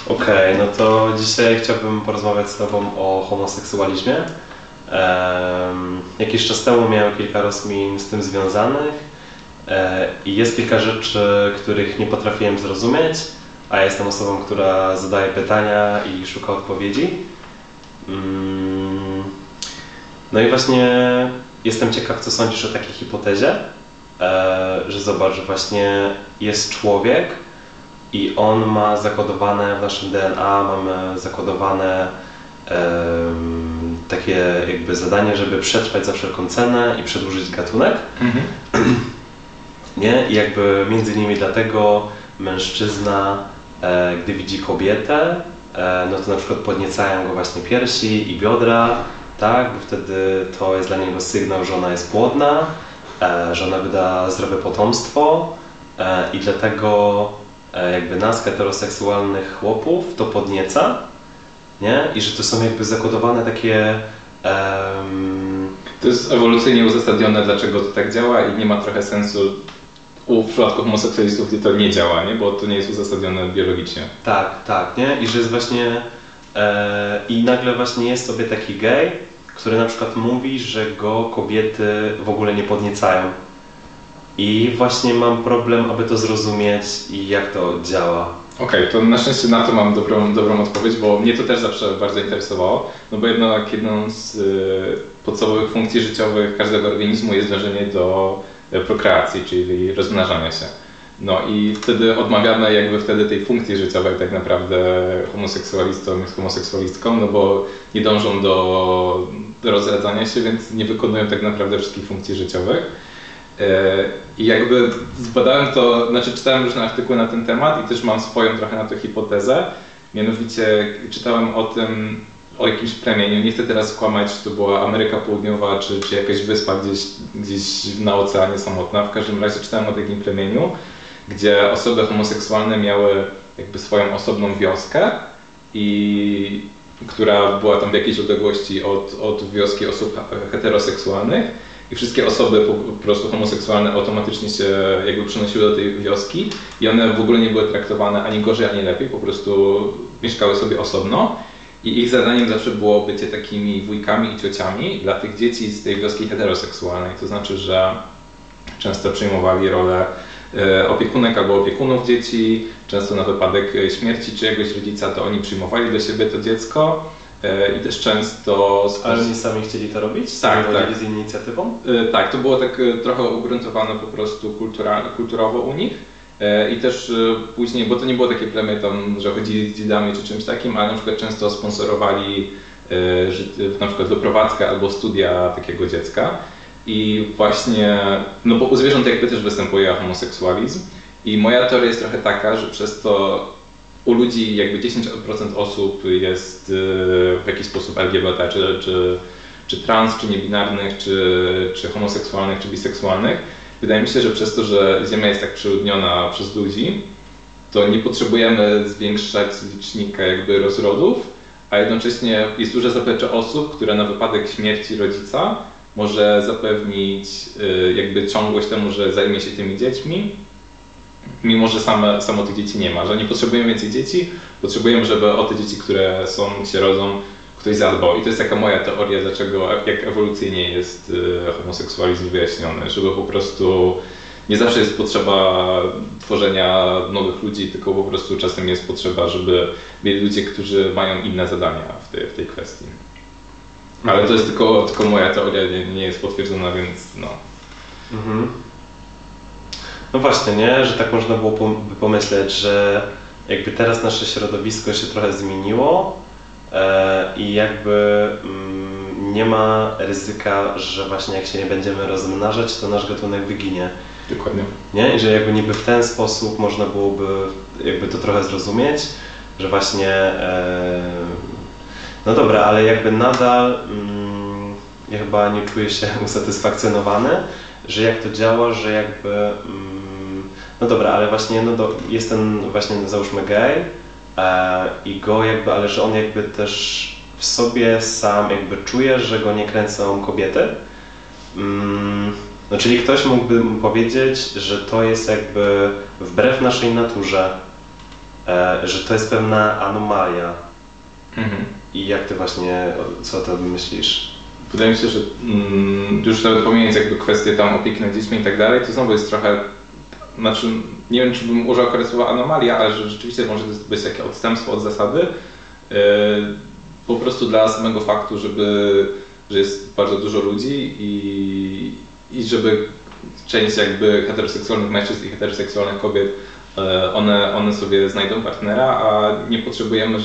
Okej, no to dzisiaj chciałbym porozmawiać z Tobą o homoseksualizmie. Jakiś czas temu miałem kilka rozkmin z tym związanych i jest kilka rzeczy, których nie potrafiłem zrozumieć, a ja jestem osobą, która zadaje pytania i szuka odpowiedzi. No i właśnie jestem ciekaw, co sądzisz o takiej hipotezie, że zobacz, że właśnie jest człowiek i on ma zakodowane w naszym DNA, mamy zakodowane takie jakby zadanie, żeby przetrwać za wszelką cenę i przedłużyć gatunek. Nie? I jakby między innymi dlatego mężczyzna, gdy widzi kobietę, no to na przykład podniecają go właśnie piersi i biodra, tak? Bo wtedy to jest dla niego sygnał, że ona jest płodna, że ona wyda zdrowe potomstwo i dlatego jakby nas, heteroseksualnych chłopów, to podnieca, nie? I że to są jakby zakodowane takie... To jest ewolucyjnie uzasadnione, dlaczego to tak działa i nie ma trochę sensu w przypadku homoseksualistów, gdzie to nie działa, nie? Bo to nie jest uzasadnione biologicznie. Tak, nie? I że jest właśnie... I nagle właśnie jest sobie taki gej, który na przykład mówi, że go kobiety w ogóle nie podniecają. I właśnie mam problem, aby to zrozumieć i jak to działa. Okej, to na szczęście na to mam dobrą odpowiedź, bo mnie to też zawsze bardzo interesowało, no bo jedną z podstawowych funkcji życiowych każdego organizmu jest dążenie do prokreacji, czyli rozmnażania się. No i wtedy odmawiamy jakby wtedy tej funkcji życiowej tak naprawdę homoseksualistom i homoseksualistkom, no bo nie dążą do rozradzania się, więc nie wykonują tak naprawdę wszystkich funkcji życiowych. I jakby zbadałem to, znaczy czytałem różne artykuły na ten temat i też mam swoją trochę na to hipotezę. Mianowicie czytałem o jakimś plemieniu, nie chcę teraz skłamać, czy to była Ameryka Południowa, czy jakaś wyspa gdzieś na oceanie samotna. W każdym razie czytałem o takim plemieniu, gdzie osoby homoseksualne miały jakby swoją osobną wioskę, która była tam w jakiejś odległości od wioski osób heteroseksualnych. I wszystkie osoby po prostu homoseksualne automatycznie się jakby przenosiły do tej wioski i one w ogóle nie były traktowane ani gorzej, ani lepiej, po prostu mieszkały sobie osobno i ich zadaniem zawsze było bycie takimi wujkami i ciociami dla tych dzieci z tej wioski heteroseksualnej, to znaczy, że często przyjmowali rolę opiekunek albo opiekunów dzieci, często na wypadek śmierci czyjegoś rodzica to oni przyjmowali do siebie to dziecko. I też często... Ale oni sami chcieli to robić? Tak. Z inicjatywą? Tak, to było tak trochę ugruntowane po prostu kulturowo u nich. I też później, bo to nie było takie plemię tam, że chodzili z dzidami czy czymś takim, ale na przykład często sponsorowali na przykład wyprowadzkę albo studia takiego dziecka. I właśnie, no bo u zwierząt jakby też występuje homoseksualizm. I moja teoria jest trochę taka, że przez to u ludzi jakby 10% osób jest w jakiś sposób LGBT, czy trans, czy niebinarnych, czy homoseksualnych, czy biseksualnych. Wydaje mi się, że przez to, że Ziemia jest tak przeludniona przez ludzi, to nie potrzebujemy zwiększać licznika jakby rozrodów, a jednocześnie jest duże zaplecze osób, które na wypadek śmierci rodzica może zapewnić jakby ciągłość temu, że zajmie się tymi dziećmi, mimo że samo tych dzieci nie ma, że nie potrzebujemy więcej dzieci, potrzebujemy, żeby o te dzieci, które się rodzą, ktoś zadbał. I to jest taka moja teoria, dlaczego, jak ewolucyjnie jest homoseksualizm wyjaśniony, żeby po prostu nie zawsze jest potrzeba tworzenia nowych ludzi, tylko po prostu czasem jest potrzeba, żeby mieli ludzie, którzy mają inne zadania w tej kwestii. Ale to jest tylko moja teoria, nie jest potwierdzona, więc no. No właśnie, nie? Że tak można było pomyśleć, że jakby teraz nasze środowisko się trochę zmieniło i jakby nie ma ryzyka, że właśnie jak się nie będziemy rozmnażać, to nasz gatunek wyginie. Dokładnie. Nie? I że jakby niby w ten sposób można byłoby jakby to trochę zrozumieć, że właśnie no dobra, ale jakby nadal ja chyba nie czuję się usatysfakcjonowany, że jak to działa, że jakby no dobra, ale właśnie jest ten właśnie załóżmy gej i go jakby, ale że on jakby też w sobie sam jakby czuje, że go nie kręcą kobiety. No czyli ktoś mógłby powiedzieć, że to jest jakby wbrew naszej naturze, że to jest pewna anomalia. Mhm. I jak ty właśnie, co o tym myślisz? Wydaje mi się, że już nawet pomijając jakby kwestie tam opieki nad dziećmi i tak dalej, to znowu jest trochę, znaczy nie wiem, czy bym użył akurat słowa anomalia, ale że rzeczywiście może to być takie odstępstwo od zasady, po prostu dla samego faktu, że jest bardzo dużo ludzi i żeby część jakby heteroseksualnych mężczyzn i heteroseksualnych kobiet, one sobie znajdą partnera, a nie potrzebujemy,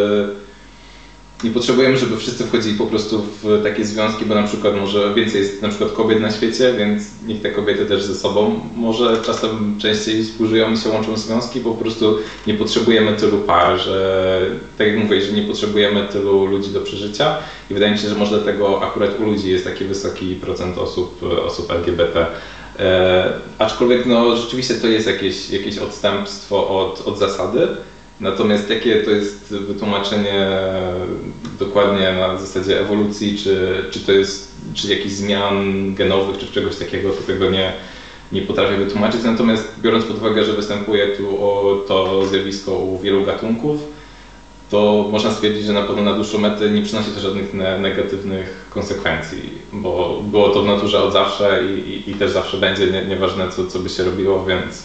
żeby wszyscy wchodzili po prostu w takie związki, bo na przykład może więcej jest na przykład kobiet na świecie, więc niech te kobiety też ze sobą może czasem częściej współżyją i się łączą w związki, bo po prostu nie potrzebujemy tylu par, że tak jak mówię, że nie potrzebujemy tylu ludzi do przeżycia i wydaje mi się, że może dlatego akurat u ludzi jest taki wysoki procent osób LGBT. Aczkolwiek no rzeczywiście to jest jakieś odstępstwo od zasady. Natomiast jakie to jest wytłumaczenie dokładnie na zasadzie ewolucji, czy jakichś zmian genowych, czy czegoś takiego, to tego nie potrafię wytłumaczyć. Natomiast biorąc pod uwagę, że występuje tu to zjawisko u wielu gatunków, to można stwierdzić, że na pewno na dłuższą metę nie przynosi to żadnych negatywnych konsekwencji, bo było to w naturze od zawsze i też zawsze będzie, nieważne co by się robiło, więc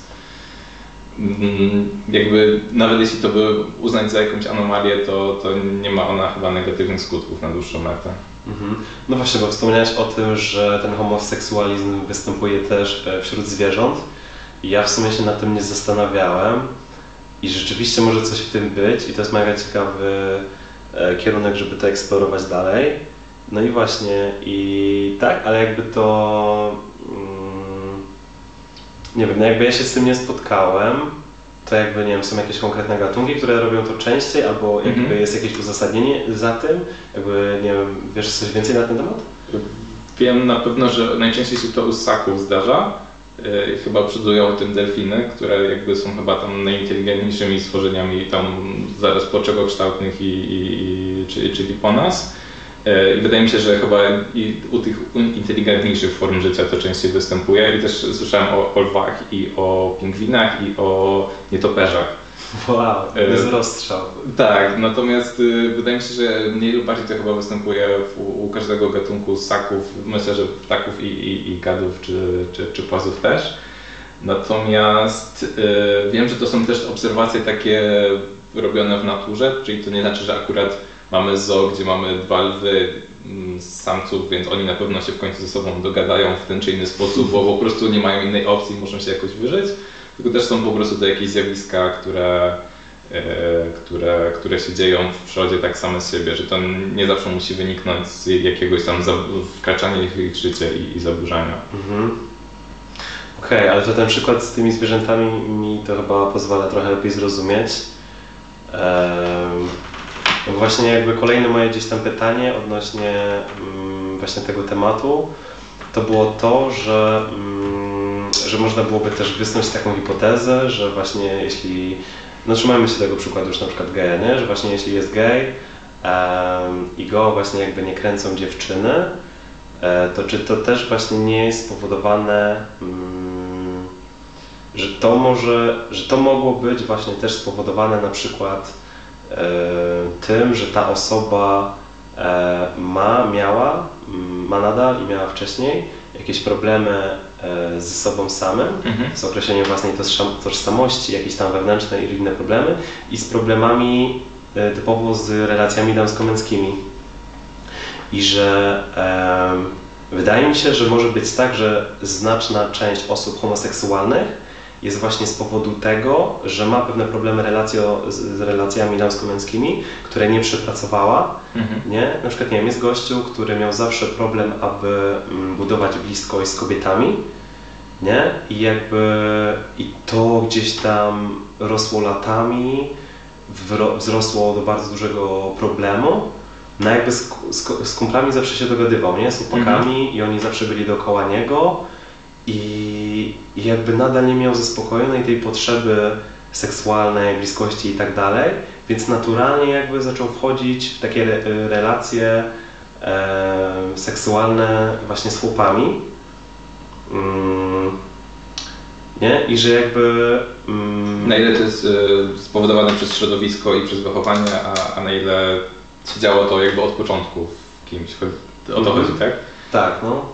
jakby nawet jeśli to by uznać za jakąś anomalię, to nie ma ona chyba negatywnych skutków na dłuższą metę. Mhm. No właśnie, bo wspomniałeś o tym, że ten homoseksualizm występuje też wśród zwierząt. I ja w sumie się nad tym nie zastanawiałem i rzeczywiście może coś w tym być i to jest mega ciekawy kierunek, żeby to eksplorować dalej. No i właśnie, i tak, ale jakby to nie wiem, no jakby ja się z tym nie spotkałem, to jakby, nie wiem, są jakieś konkretne gatunki, które robią to częściej, albo jakby jest jakieś uzasadnienie za tym? Jakby, nie wiem, wiesz coś więcej na ten temat? Wiem na pewno, że najczęściej się to u ssaków zdarza. Chyba przodują tym delfiny, które jakby są chyba tam najinteligentniejszymi stworzeniami tam zaraz po czegokształtnych czyli po nas. I wydaje mi się, że chyba i u tych inteligentniejszych form życia to częściej występuje i też słyszałem o lwach i o pingwinach i o nietoperzach. Wow, jest rozstrzał. Tak, natomiast wydaje mi się, że mniej lub bardziej to chyba występuje u każdego gatunku ssaków, myślę, że ptaków i gadów czy płazów też. Natomiast wiem, że to są też obserwacje takie robione w naturze, czyli to nie znaczy, że akurat mamy zoo, gdzie mamy 2 lwy samców, więc oni na pewno się w końcu ze sobą dogadają w ten czy inny sposób, bo po prostu nie mają innej opcji, muszą się jakoś wyżyć. Tylko też są po prostu to jakieś zjawiska, które się dzieją w przyrodzie tak same z siebie, że to nie zawsze musi wyniknąć z jakiegoś tam wkraczania w ich życie i zaburzania. Mhm. Okej, ale to ten przykład z tymi zwierzętami mi to chyba pozwala trochę lepiej zrozumieć. No właśnie jakby kolejne moje gdzieś tam pytanie odnośnie właśnie tego tematu, to było to, że można byłoby też wysnuć taką hipotezę, że właśnie jeśli, no trzymajmy się tego przykładu już na przykład geja, nie? Że właśnie jeśli jest gej i go właśnie jakby nie kręcą dziewczyny, to czy to też właśnie nie jest spowodowane, że to mogło być właśnie też spowodowane na przykład tym, że ta osoba ma nadal i miała wcześniej jakieś problemy ze sobą samym, z określeniem własnej tożsamości, jakieś tam wewnętrzne i inne problemy i z problemami typowo z relacjami damsko-męskimi. I że wydaje mi się, że może być tak, że znaczna część osób homoseksualnych jest właśnie z powodu tego, że ma pewne problemy z relacjami damsko-męskimi, które nie przepracowała, nie? Na przykład, nie wiem, jest gościu, który miał zawsze problem, aby budować bliskość z kobietami, nie? I to gdzieś tam rosło latami, wzrosło do bardzo dużego problemu, no jakby z kumplami zawsze się dogadywał, nie? Z chłopakami i oni zawsze byli dookoła niego. I jakby nadal nie miał zaspokojonej tej potrzeby seksualnej, bliskości i tak dalej, więc naturalnie jakby zaczął wchodzić w takie relacje seksualne właśnie z chłopami. nie? I że jakby... Na ile to jest spowodowane przez środowisko i przez wychowanie, a na ile się działo to jakby od początku w kimś. O to chodzi, tak? Tak, no.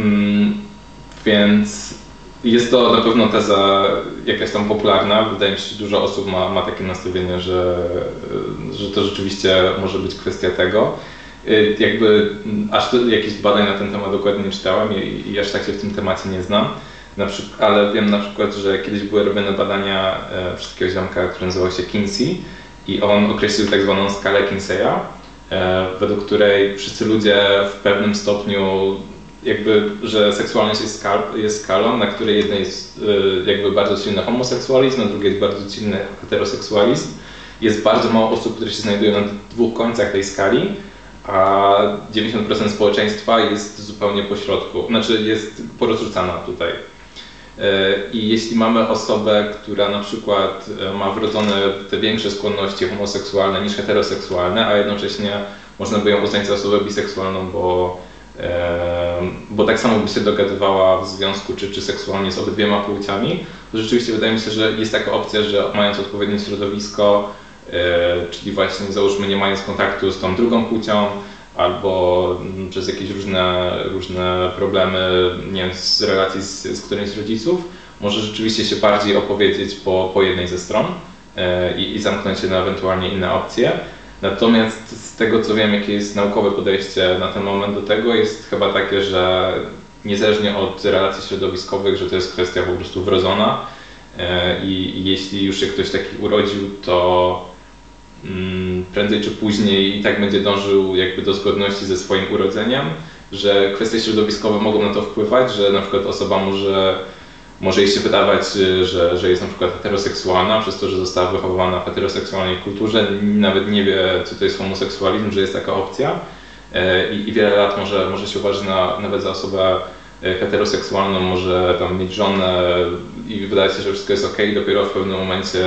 Więc jest to na pewno teza jakaś tam popularna. Wydaje mi się, że dużo osób ma takie nastawienie, że to rzeczywiście może być kwestia tego. Jakby aż jakieś badań na ten temat dokładnie nie czytałem i aż tak się w tym temacie nie znam. Ale wiem na przykład, że kiedyś były robione badania przez takiego ziomka, który nazywał się Kinsey i on określił tak zwaną skalę Kinseya, według której wszyscy ludzie w pewnym stopniu jakby, że seksualność jest skalą, na której jednej jest jakby bardzo silny homoseksualizm, na drugiej jest bardzo silny heteroseksualizm. Jest bardzo mało osób, które się znajdują na dwóch końcach tej skali, a 90% społeczeństwa jest zupełnie po środku, znaczy jest porozrzucana tutaj. I jeśli mamy osobę, która na przykład ma wrodzone te większe skłonności homoseksualne niż heteroseksualne, a jednocześnie można by ją uznać za osobę biseksualną, bo tak samo by się dogadywała w związku czy seksualnie z obydwiema płciami, to rzeczywiście wydaje mi się, że jest taka opcja, że mając odpowiednie środowisko, czyli właśnie załóżmy nie mając kontaktu z tą drugą płcią, albo przez jakieś różne problemy, nie wiem, z relacji z którymś z rodziców, może rzeczywiście się bardziej opowiedzieć po jednej ze stron i zamknąć się na ewentualnie inne opcje. Natomiast z tego co wiem, jakie jest naukowe podejście na ten moment do tego, jest chyba takie, że niezależnie od relacji środowiskowych, że to jest kwestia po prostu wrodzona i jeśli już się ktoś taki urodził, to prędzej czy później i tak będzie dążył jakby do zgodności ze swoim urodzeniem, że kwestie środowiskowe mogą na to wpływać, że na przykład osoba może jej się wydawać, że jest na przykład heteroseksualna przez to, że została wychowywana w heteroseksualnej kulturze, nawet nie wie, co to jest homoseksualizm, że jest taka opcja i wiele lat może się uważać nawet za osobę heteroseksualną, może tam mieć żonę i wydaje się, że wszystko jest okej, dopiero w pewnym momencie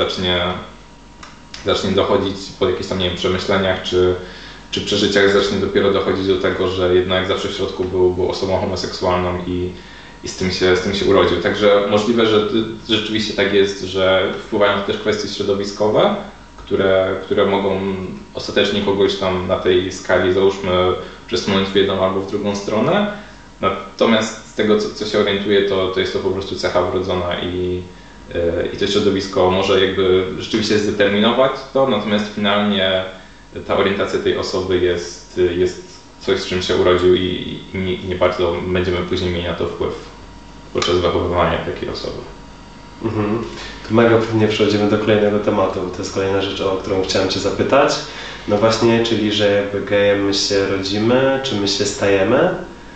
zacznie dochodzić po jakichś tam, nie wiem, przemyśleniach czy przeżyciach zacznie dopiero dochodzić do tego, że jednak zawsze w środku był osobą homoseksualną i z tym się urodził. Także możliwe, że rzeczywiście tak jest, że wpływają też kwestie środowiskowe, które mogą ostatecznie kogoś tam na tej skali, załóżmy, przesunąć w jedną albo w drugą stronę. Natomiast z tego, co się orientuję, to jest to po prostu cecha wrodzona i to środowisko może jakby rzeczywiście zdeterminować to, natomiast finalnie ta orientacja tej osoby jest coś, z czym się urodził i nie bardzo będziemy później mieli na to wpływ podczas wychowywania takiej osoby. Mhm. To mega pewnie przechodzimy do kolejnego tematu, bo to jest kolejna rzecz, o którą chciałem Cię zapytać. No właśnie, czyli że jakby gejem my się rodzimy, czy my się stajemy?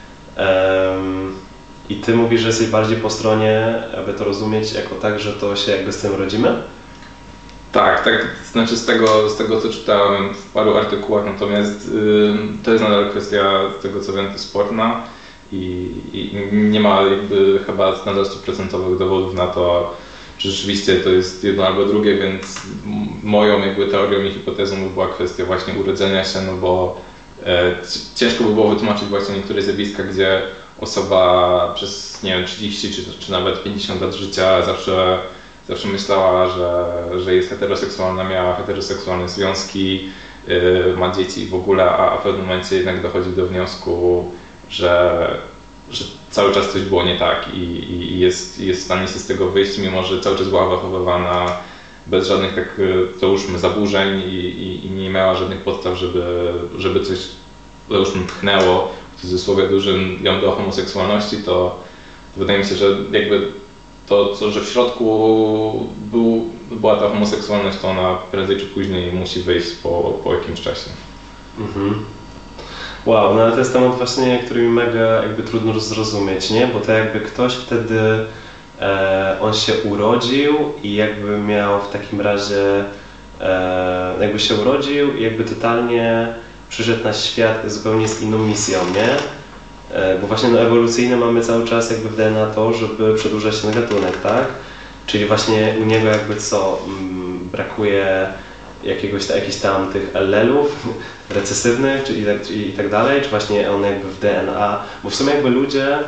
I Ty mówisz, że jesteś bardziej po stronie, aby to rozumieć jako tak, że to się jakby z tym rodzimy? Tak, znaczy z tego co czytałem w paru artykułach, natomiast to jest nadal kwestia, z tego co wiem, to sporna i nie ma jakby chyba nadal 100% dowodów na to, czy rzeczywiście to jest jedno albo drugie, więc moją jakby teorią i hipotezą by była kwestia właśnie urodzenia się, no bo ciężko by było wytłumaczyć właśnie niektóre zjawiska, gdzie osoba przez, nie wiem, 30 czy nawet 50 lat życia zawsze myślała, że jest heteroseksualna, miała heteroseksualne związki, ma dzieci w ogóle, a w pewnym momencie jednak dochodzi do wniosku, że cały czas coś było nie tak i jest w stanie się z tego wyjść, mimo że cały czas była wychowywana bez żadnych, tak załóżmy, zaburzeń i nie miała żadnych podstaw, żeby coś, załóżmy, pchnęło, w cudzysłowie dużym, ją do homoseksualności, to wydaje mi się, że jakby to, że w środku była ta homoseksualność, to ona prędzej czy później musi wyjść po jakimś czasie. Mhm. Wow, no ale to jest temat właśnie, który mi mega jakby trudno zrozumieć, nie? Bo to jakby ktoś wtedy, on się urodził i jakby miał w takim razie, jakby się urodził i jakby totalnie przyszedł na świat zupełnie z inną misją, nie? Bo właśnie no, ewolucyjne mamy cały czas jakby w DNA to, żeby przedłużać ten gatunek, tak? Czyli właśnie u niego jakby co? Brakuje jakichś tam tych allelów recesywnych i tak dalej, czy właśnie on jakby w DNA, bo w sumie jakby ludzie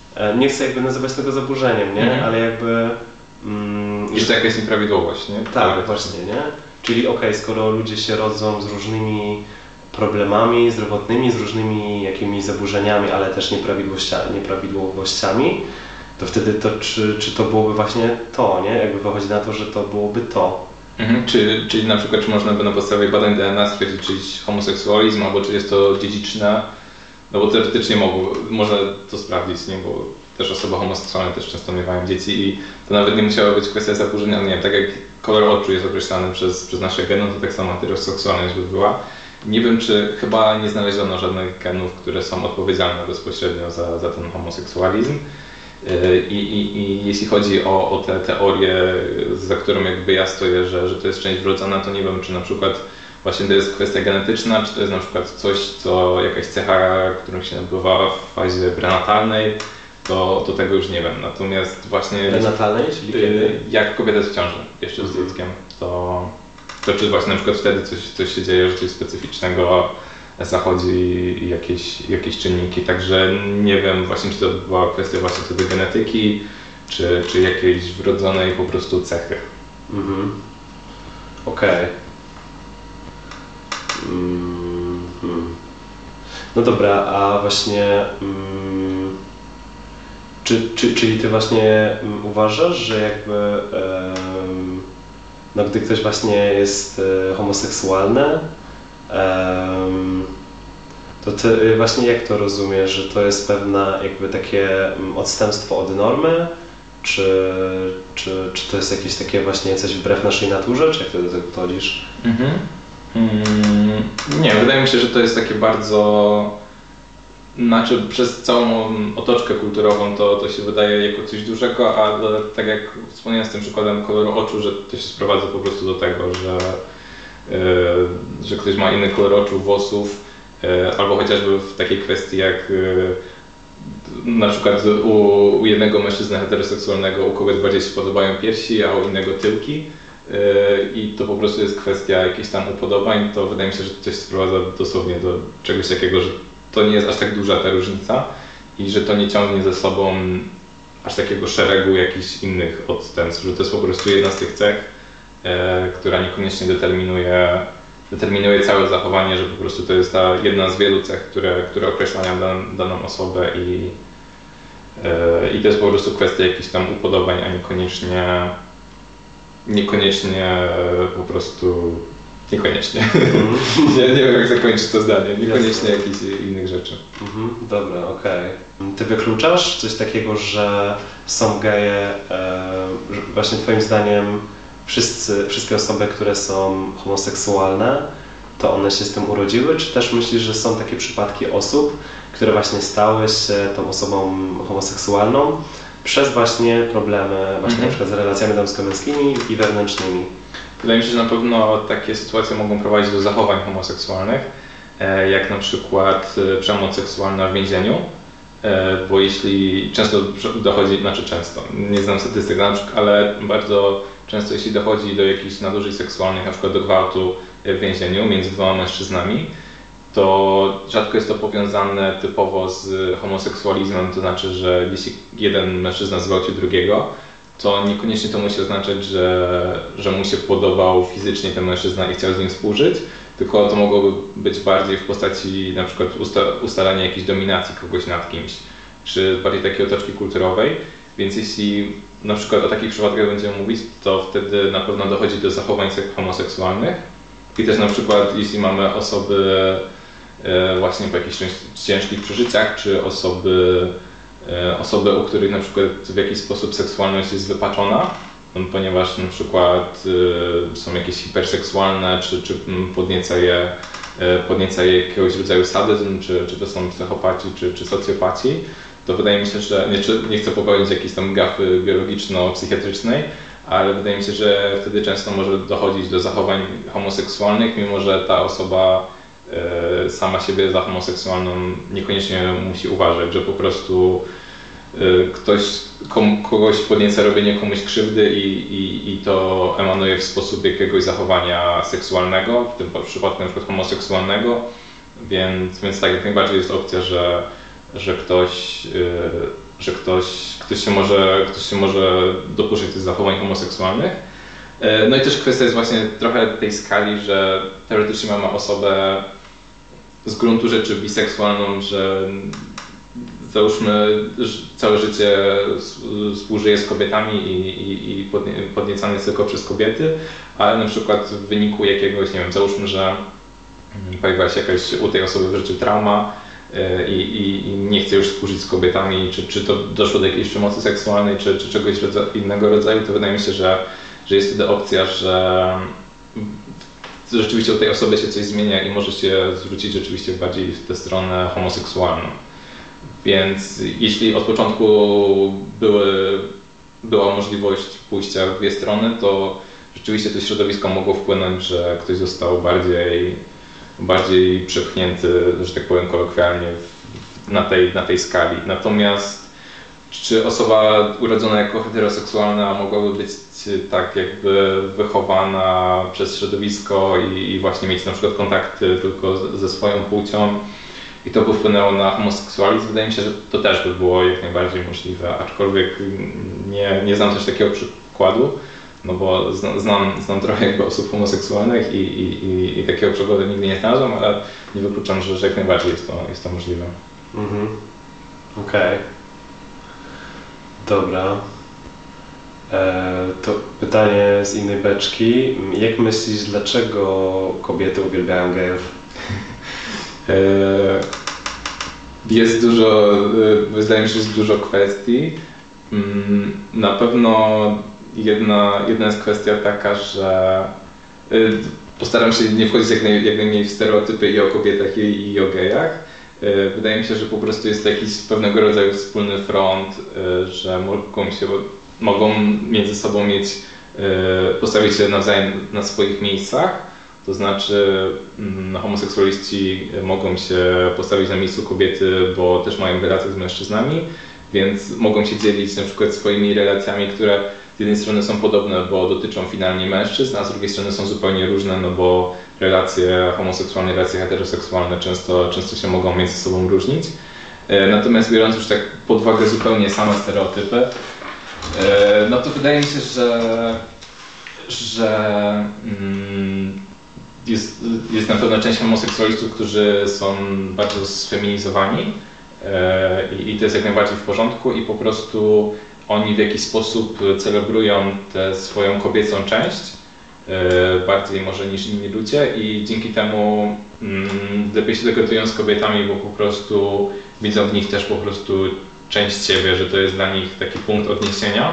nie chcę jakby nazywać tego zaburzeniem, nie? Ale jakby... Jest to jakaś nieprawidłowość, nie? Tak, właśnie, nie? Czyli skoro ludzie się rodzą z różnymi problemami zdrowotnymi, z różnymi jakimiś zaburzeniami, ale też nieprawidłowościami, to wtedy czy to byłoby właśnie to, nie? Jakby wychodzi na to, że to byłoby to. Czyli na przykład, czy można by na podstawie badań DNA stwierdzić czyjś homoseksualizm, albo czy jest to dziedziczne? No bo teoretycznie można to sprawdzić, nie? Bo też osoby homoseksualne też często miewają dzieci i to nawet nie musiała być kwestia zaburzenia, no nie wiem, tak jak kolor oczu jest określany przez nasze geny, to tak samo heteroseksualność by była. Nie wiem, czy chyba nie znaleziono żadnych genów, które są odpowiedzialne bezpośrednio za ten homoseksualizm. I jeśli chodzi o te teorie, za którą jakby ja stoję, że to jest część wrodzona, to nie wiem, czy na przykład właśnie to jest kwestia genetyczna, czy to jest na przykład coś, jakaś cecha, którą się nabywa w fazie prenatalnej, to tego już nie wiem. Natomiast właśnie... Prenatalnej, czyli kiedy? Jak kobieta jest w ciąży jeszcze z dzieckiem, to czy właśnie na przykład wtedy coś się dzieje, że coś specyficznego zachodzi jakieś czynniki, także nie wiem właśnie, czy to była kwestia właśnie wtedy genetyki, czy jakiejś wrodzonej po prostu cechy. Okej. No dobra, a właśnie czyli ty właśnie uważasz, że jakby no gdy ktoś właśnie jest homoseksualny, to ty właśnie jak to rozumiesz, że to jest pewne jakby takie odstępstwo od normy, czy to jest jakieś takie właśnie coś wbrew naszej naturze, czy jak ty do tego podchodzisz? Nie, wydaje mi się, że to jest takie bardzo... Znaczy przez całą otoczkę kulturową to się wydaje jako coś dużego, a tak jak wspomniałem z tym przykładem koloru oczu, że to się sprowadza po prostu do tego, że ktoś ma inny kolor oczu, włosów, albo chociażby w takiej kwestii jak na przykład u jednego mężczyzny heteroseksualnego u kogoś bardziej się podobają piersi, a u innego tyłki. I to po prostu jest kwestia jakichś tam upodobań, to wydaje mi się, że to się sprowadza dosłownie do czegoś takiego, że to nie jest aż tak duża ta różnica i że to nie ciągnie ze sobą aż takiego szeregu jakichś innych odstępstw, że to jest po prostu jedna z tych cech, która niekoniecznie determinuje całe zachowanie, że po prostu to jest ta jedna z wielu cech, które określają daną osobę i to jest po prostu kwestia jakichś tam upodobań, a niekoniecznie po prostu... Niekoniecznie. Nie wiem jak zakończyć to zdanie. Niekoniecznie jakichś innych rzeczy. Dobra, okej. Ty wykluczasz coś takiego, że są geje, że właśnie twoim zdaniem wszystkie osoby, które są homoseksualne, to one się z tym urodziły? Czy też myślisz, że są takie przypadki osób, które właśnie stały się tą osobą homoseksualną przez właśnie problemy właśnie na przykład z relacjami damsko-męskimi i wewnętrznymi? Wydaje mi się, że na pewno takie sytuacje mogą prowadzić do zachowań homoseksualnych, jak na przykład przemoc seksualna w więzieniu, bo jeśli często dochodzi, znaczy często, nie znam statystyk, ale bardzo często jeśli dochodzi do jakichś nadużyć seksualnych, na przykład do gwałtu w więzieniu między dwoma mężczyznami, to rzadko jest to powiązane typowo z homoseksualizmem, to znaczy, że jeśli jeden mężczyzna zgwałcił drugiego, to niekoniecznie to musi oznaczać, że mu się podobał fizycznie ten mężczyzna i chciał z nim współżyć, tylko to mogłoby być bardziej w postaci na przykład ustalania jakiejś dominacji kogoś nad kimś, czy bardziej takiej otoczki kulturowej, więc jeśli na przykład o takich przypadkach będziemy mówić, to wtedy na pewno dochodzi do zachowań homoseksualnych i też na przykład jeśli mamy osoby właśnie po jakichś ciężkich przeżyciach, czy osoby, u których na przykład w jakiś sposób seksualność jest wypaczona, ponieważ na przykład są jakieś hiperseksualne, czy podnieca je jakiegoś rodzaju sadyzm, czy to są psychopaci, czy socjopaci, to wydaje mi się, że nie chcę popełnić jakiejś tam gafy biologiczno-psychiatrycznej, ale wydaje mi się, że wtedy często może dochodzić do zachowań homoseksualnych, mimo że ta osoba sama siebie za homoseksualną niekoniecznie musi uważać, że po prostu kogoś podnieca robienie komuś krzywdy i to emanuje w sposób jakiegoś zachowania seksualnego, w tym przypadku na przykład homoseksualnego, więc tak jak najbardziej jest opcja, że ktoś że ktoś się może dopuszczać tych zachowań homoseksualnych. No i też kwestia jest właśnie trochę tej skali, że teoretycznie mamy osobę z gruntu rzeczy biseksualną, że załóżmy całe życie współżyje z kobietami i podniecany jest tylko przez kobiety, ale na przykład w wyniku jakiegoś, nie wiem, załóżmy, że pojawiła się jakaś u tej osoby w życiu trauma i nie chce już współżyć z kobietami, czy to doszło do jakiejś przemocy seksualnej, czy czegoś innego rodzaju, to wydaje mi się, że jest wtedy opcja, że rzeczywiście u tej osoby się coś zmienia i może się zwrócić rzeczywiście bardziej w tę stronę homoseksualną. Więc jeśli od początku była możliwość pójścia w dwie strony, to rzeczywiście to środowisko mogło wpłynąć, że ktoś został bardziej przepchnięty, że tak powiem kolokwialnie, na tej skali. Natomiast czy osoba urodzona jako heteroseksualna mogłaby być tak jakby wychowana przez środowisko i właśnie mieć na przykład kontakty tylko ze swoją płcią i to by wpłynęło na homoseksualizm? Wydaje mi się, że to też by było jak najbardziej możliwe, aczkolwiek nie znam też takiego przykładu, no bo znam trochę jakby osób homoseksualnych i takiego przykładu nigdy nie znalazłem, ale nie wykluczam, że jak najbardziej jest to możliwe. Mhm. Okej. Dobra. To pytanie z innej beczki. Jak myślisz, dlaczego kobiety uwielbiają gejów? Jest dużo, wydaje mi się, że jest dużo kwestii. Na pewno jedna jest kwestia taka, że postaram się nie wchodzić jak najmniej w stereotypy i o kobietach i o gejach. Wydaje mi się, że po prostu jest to jakiś pewnego rodzaju wspólny front, że mogą między sobą postawić się nawzajem na swoich miejscach. To znaczy homoseksualiści mogą się postawić na miejscu kobiety, bo też mają relacje z mężczyznami, więc mogą się dzielić na przykład swoimi relacjami, które z jednej strony są podobne, bo dotyczą finalnie mężczyzn, a z drugiej strony są zupełnie różne, no bo relacje homoseksualne, relacje heteroseksualne często się mogą między sobą różnić. Natomiast biorąc już tak pod uwagę zupełnie same stereotypy, no to wydaje mi się, że jest na pewno część homoseksualistów, którzy są bardzo sfeminizowani i to jest jak najbardziej w porządku i po prostu oni w jakiś sposób celebrują tę swoją kobiecą część, bardziej może niż inni ludzie i dzięki temu lepiej się dogadują z kobietami, bo po prostu widzą w nich też po prostu część siebie, że to jest dla nich taki punkt odniesienia,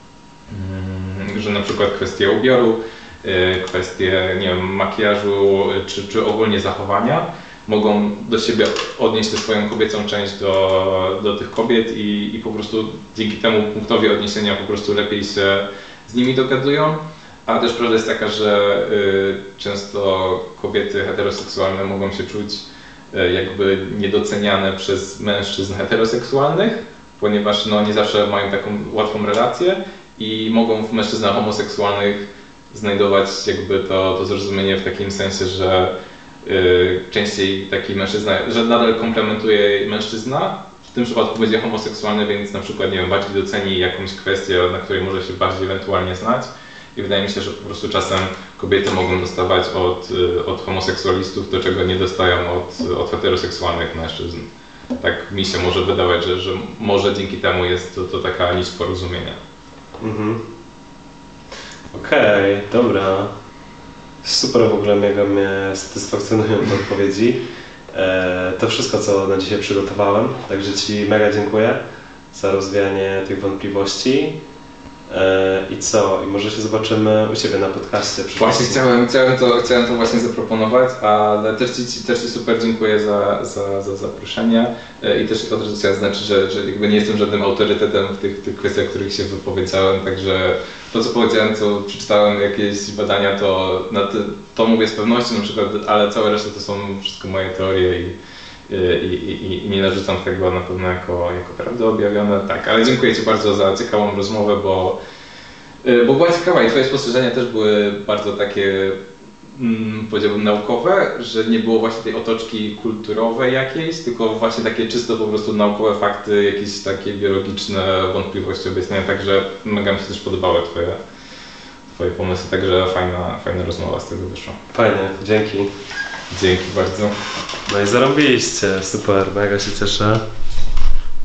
że na przykład kwestie ubioru, kwestie, nie wiem, makijażu czy ogólnie zachowania mogą do siebie odnieść tę swoją kobiecą część do tych kobiet i po prostu dzięki temu punktowi odniesienia po prostu lepiej się z nimi dogadują. A też prawda jest taka, że często kobiety heteroseksualne mogą się czuć jakby niedoceniane przez mężczyzn heteroseksualnych, ponieważ no, nie zawsze mają taką łatwą relację i mogą w mężczyznach homoseksualnych znajdować jakby to zrozumienie w takim sensie, że częściej taki mężczyzna, że nadal komplementuje mężczyzna, w tym przypadku będzie homoseksualny, więc na przykład, nie wiem, bardziej doceni jakąś kwestię, na której może się bardziej ewentualnie znać. I wydaje mi się, że po prostu czasem kobiety mogą dostawać od homoseksualistów to, czego nie dostają od heteroseksualnych mężczyzn. Tak mi się może wydawać, że może dzięki temu jest to taka nić porozumienia. Mhm. Okej, dobra. Super, w ogóle mega mnie satysfakcjonują te odpowiedzi. To wszystko, co na dzisiaj przygotowałem, także Ci mega dziękuję za rozwianie tych wątpliwości. I co? I może się zobaczymy u Ciebie na podcaście. Właśnie chciałem to właśnie zaproponować, ale też Ci super dziękuję za zaproszenie i też od razu chciałem znaczyć, że jakby nie jestem żadnym autorytetem w tych kwestiach, w których się wypowiedziałem, także to, co powiedziałem, co przeczytałem jakieś badania, to mówię z pewnością na przykład, ale całe reszta to są wszystko moje teorie i nie narzucam tego na pewno jako prawdę objawione. Tak, ale dziękuję Ci bardzo za ciekawą rozmowę, bo była ciekawa i Twoje spostrzeżenia też były bardzo takie powiedziałbym naukowe, że nie było właśnie tej otoczki kulturowej jakiejś, tylko właśnie takie czysto po prostu naukowe fakty, jakieś takie biologiczne wątpliwości objaśnienia, także mega mi się też podobały Twoje pomysły, także fajna rozmowa z tego wyszła. Fajnie, dzięki. Dzięki bardzo. No i zarobiliście, super, mega się cieszę.